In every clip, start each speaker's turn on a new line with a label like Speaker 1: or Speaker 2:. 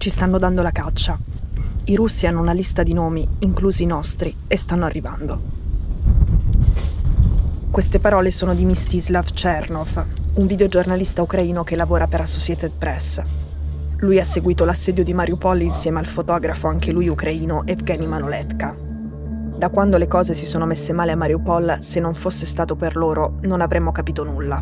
Speaker 1: Ci stanno dando la caccia. I russi hanno una lista di nomi, inclusi i nostri, e stanno arrivando. Queste parole sono di Mstislav Chernov, un videogiornalista ucraino che lavora per Associated Press. Lui ha seguito l'assedio di Mariupol insieme al fotografo, anche lui ucraino, Evgeny Manoletka. Da quando le cose si sono messe male a Mariupol, se non fosse stato per loro, non avremmo capito nulla.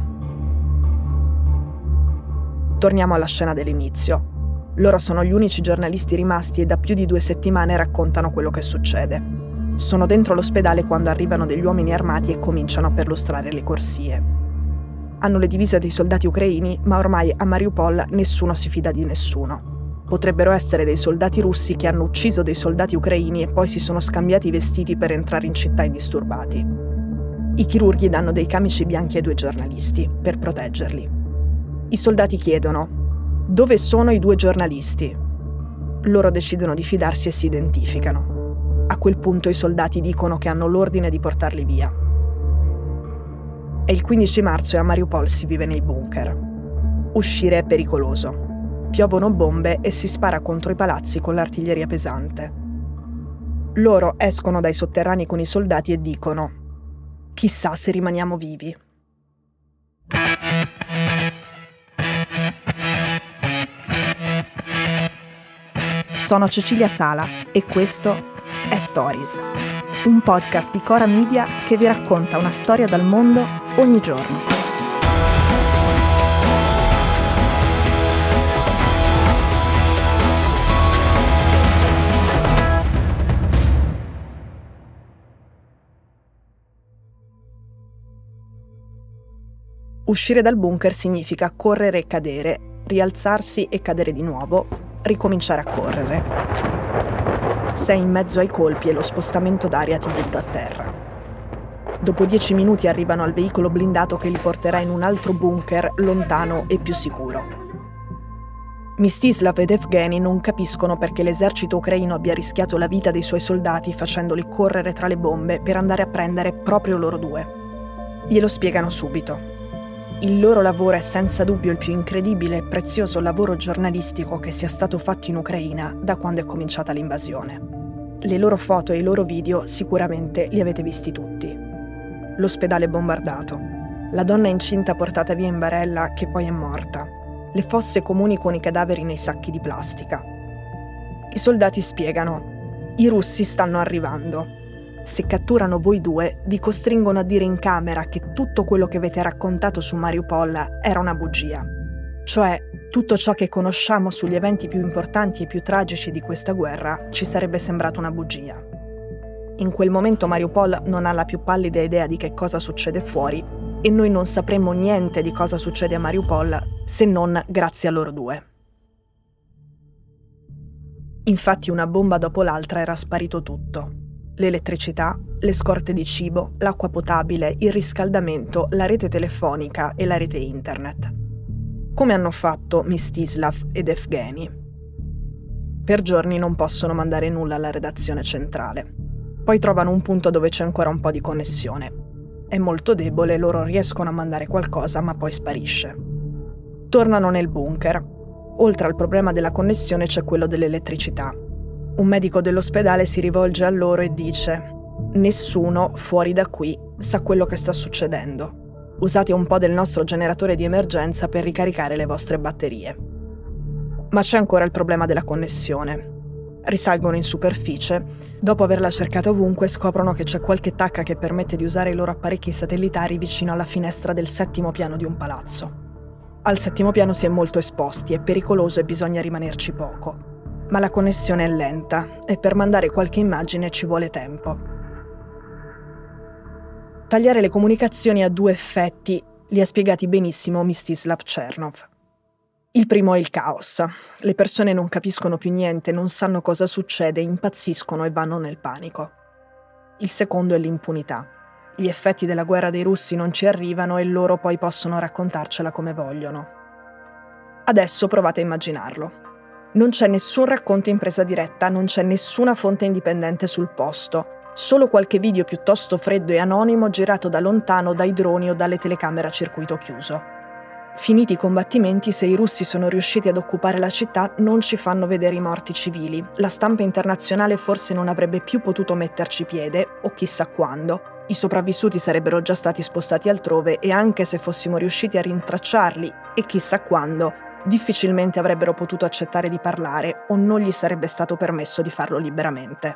Speaker 1: Torniamo alla scena dell'inizio. Loro sono gli unici giornalisti rimasti e da più di 2 settimane raccontano quello che succede. Sono dentro l'ospedale quando arrivano degli uomini armati e cominciano a perlustrare le corsie. Hanno le divise dei soldati ucraini, ma ormai a Mariupol nessuno si fida di nessuno. Potrebbero essere dei soldati russi che hanno ucciso dei soldati ucraini e poi si sono scambiati i vestiti per entrare in città indisturbati. I chirurghi danno dei camici bianchi ai 2 giornalisti per proteggerli. I soldati chiedono: dove sono i 2 giornalisti? Loro decidono di fidarsi e si identificano. A quel punto i soldati dicono che hanno l'ordine di portarli via. È il 15 marzo e a Mariupol si vive nei bunker. Uscire è pericoloso. Piovono bombe e si spara contro i palazzi con l'artiglieria pesante. Loro escono dai sotterranei con i soldati e dicono: chissà se rimaniamo vivi. Sono Cecilia Sala e questo è Stories, un podcast di Cora Media che vi racconta una storia dal mondo ogni giorno. Uscire dal bunker significa correre e cadere, rialzarsi e cadere di nuovo, ricominciare a correre. Sei in mezzo ai colpi e lo spostamento d'aria ti butta a terra. Dopo 10 minuti arrivano al veicolo blindato che li porterà in un altro bunker lontano e più sicuro. Mstislav ed Evgeny non capiscono perché l'esercito ucraino abbia rischiato la vita dei suoi soldati facendoli correre tra le bombe per andare a prendere proprio loro 2. Glielo spiegano subito. Il loro lavoro è senza dubbio il più incredibile e prezioso lavoro giornalistico che sia stato fatto in Ucraina da quando è cominciata l'invasione. Le loro foto e i loro video sicuramente li avete visti tutti. L'ospedale bombardato, la donna incinta portata via in barella che poi è morta, le fosse comuni con i cadaveri nei sacchi di plastica. I soldati spiegano: i russi stanno arrivando. Se catturano voi 2, vi costringono a dire in camera che tutto quello che avete raccontato su Mariupol era una bugia. Cioè, tutto ciò che conosciamo sugli eventi più importanti e più tragici di questa guerra ci sarebbe sembrato una bugia. In quel momento Mariupol non ha la più pallida idea di che cosa succede fuori e noi non sapremmo niente di cosa succede a Mariupol se non grazie a loro 2. Infatti una bomba dopo l'altra era sparito tutto. L'elettricità, le scorte di cibo, l'acqua potabile, il riscaldamento, la rete telefonica e la rete internet. Come hanno fatto Mstislav ed Evgeny? Per giorni non possono mandare nulla alla redazione centrale. Poi trovano un punto dove c'è ancora un po' di connessione. È molto debole, loro riescono a mandare qualcosa ma poi sparisce. Tornano nel bunker. Oltre al problema della connessione c'è quello dell'elettricità. Un medico dell'ospedale si rivolge a loro e dice: nessuno fuori da qui sa quello che sta succedendo. Usate un po' del nostro generatore di emergenza per ricaricare le vostre batterie. Ma c'è ancora il problema della connessione. Risalgono in superficie. Dopo averla cercata ovunque scoprono che c'è qualche tacca che permette di usare i loro apparecchi satellitari vicino alla finestra del 7° piano di un palazzo. Al 7° piano si è molto esposti, è pericoloso e bisogna rimanerci poco. Ma la connessione è lenta e per mandare qualche immagine ci vuole tempo. Tagliare le comunicazioni ha 2 effetti, li ha spiegati benissimo Mstislav Chernov. Il primo è il caos. Le persone non capiscono più niente, non sanno cosa succede, impazziscono e vanno nel panico. Il secondo è l'impunità. Gli effetti della guerra dei russi non ci arrivano e loro poi possono raccontarcela come vogliono. Adesso provate a immaginarlo. Non c'è nessun racconto in presa diretta, non c'è nessuna fonte indipendente sul posto, solo qualche video piuttosto freddo e anonimo girato da lontano dai droni o dalle telecamere a circuito chiuso. Finiti i combattimenti, se i russi sono riusciti ad occupare la città, non ci fanno vedere i morti civili. La stampa internazionale forse non avrebbe più potuto metterci piede, o chissà quando. I sopravvissuti sarebbero già stati spostati altrove e anche se fossimo riusciti a rintracciarli, e chissà quando, difficilmente avrebbero potuto accettare di parlare o non gli sarebbe stato permesso di farlo liberamente.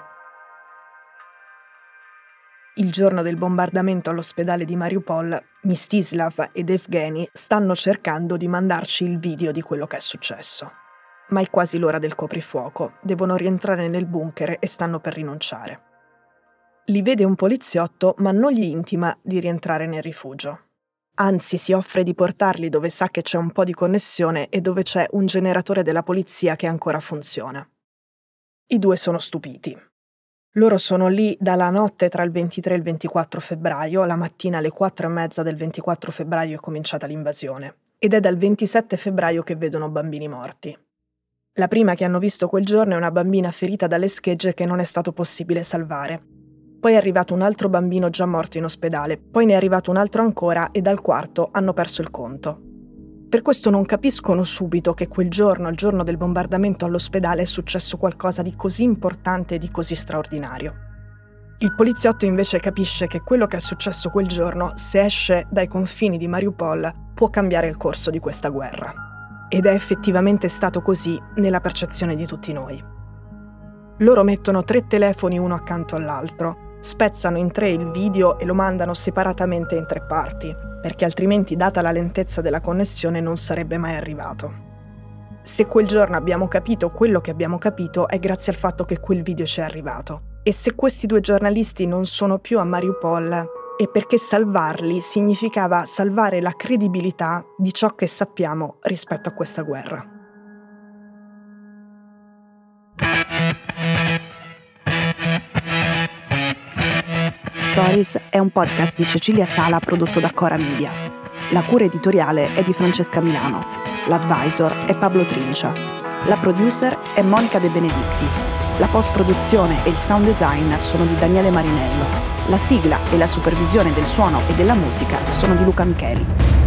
Speaker 1: Il giorno del bombardamento all'ospedale di Mariupol, Mstislav ed Evgeny stanno cercando di mandarci il video di quello che è successo. Ma è quasi l'ora del coprifuoco, devono rientrare nel bunker e stanno per rinunciare. Li vede un poliziotto, ma non gli intima di rientrare nel rifugio. Anzi, si offre di portarli dove sa che c'è un po' di connessione e dove c'è un generatore della polizia che ancora funziona. I due sono stupiti. Loro sono lì dalla notte tra il 23 e il 24 febbraio, la mattina alle 4:30 del 24 febbraio è cominciata l'invasione, ed è dal 27 febbraio che vedono bambini morti. La prima che hanno visto quel giorno è una bambina ferita dalle schegge che non è stato possibile salvare. Poi è arrivato un altro bambino già morto in ospedale, poi ne è arrivato un altro ancora e dal quarto hanno perso il conto. Per questo non capiscono subito che quel giorno, il giorno del bombardamento all'ospedale, è successo qualcosa di così importante e di così straordinario. Il poliziotto invece capisce che quello che è successo quel giorno, se esce dai confini di Mariupol, può cambiare il corso di questa guerra. Ed è effettivamente stato così nella percezione di tutti noi. Loro mettono 3 telefoni uno accanto all'altro, spezzano in 3 il video e lo mandano separatamente in 3 parti, perché altrimenti, data la lentezza della connessione, non sarebbe mai arrivato. Se quel giorno abbiamo capito quello che abbiamo capito è grazie al fatto che quel video ci è arrivato. E se questi 2 giornalisti non sono più a Mariupol, è perché salvarli significava salvare la credibilità di ciò che sappiamo rispetto a questa guerra.
Speaker 2: Stories è un podcast di Cecilia Sala prodotto da Cora Media. La cura editoriale è di Francesca Milano. L'advisor è Pablo Trincia. La producer è Monica De Benedictis. La post-produzione e il sound design sono di Daniele Marinello. La sigla e la supervisione del suono e della musica sono di Luca Micheli.